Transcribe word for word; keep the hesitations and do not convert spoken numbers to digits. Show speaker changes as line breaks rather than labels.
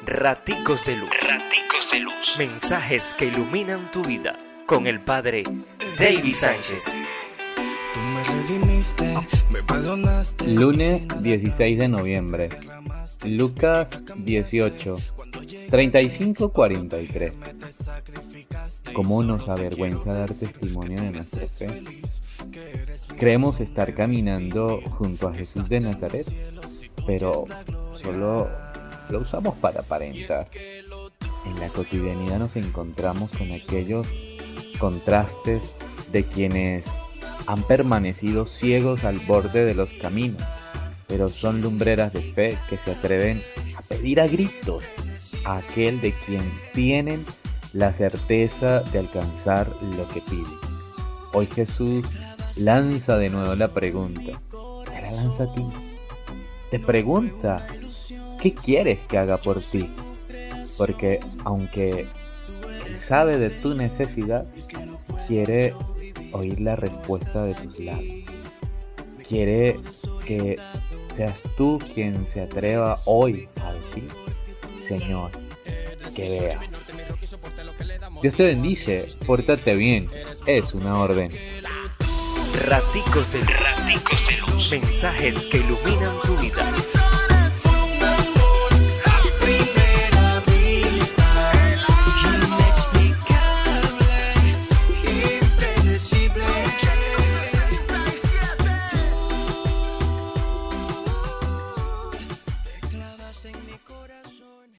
Raticos de Luz.
Raticos de Luz.
Mensajes que iluminan tu vida. Con el Padre David Sánchez.
Lunes dieciséis de noviembre. Lucas dieciocho, treinta y cinco a cuarenta y tres. ¿Cómo nos avergüenza dar testimonio de nuestra fe? Creemos estar caminando junto a Jesús de Nazaret, pero solo lo usamos para aparentar. En la cotidianidad nos encontramos con aquellos contrastes de quienes han permanecido ciegos al borde de los caminos, pero son lumbreras de fe que se atreven a pedir a gritos a aquel de quien tienen la certeza de alcanzar lo que piden. Hoy Jesús lanza de nuevo la pregunta, te la lanza a ti. Te pregunta, ¿qué quieres que haga por ti? Porque aunque Él sabe de tu necesidad, quiere oír la respuesta de tus labios. Quiere que seas tú quien se atreva hoy a decir, Señor, que vea. Dios te bendice, pórtate bien, es una orden.
Raticos de Luz. Mensajes que iluminan tu vida.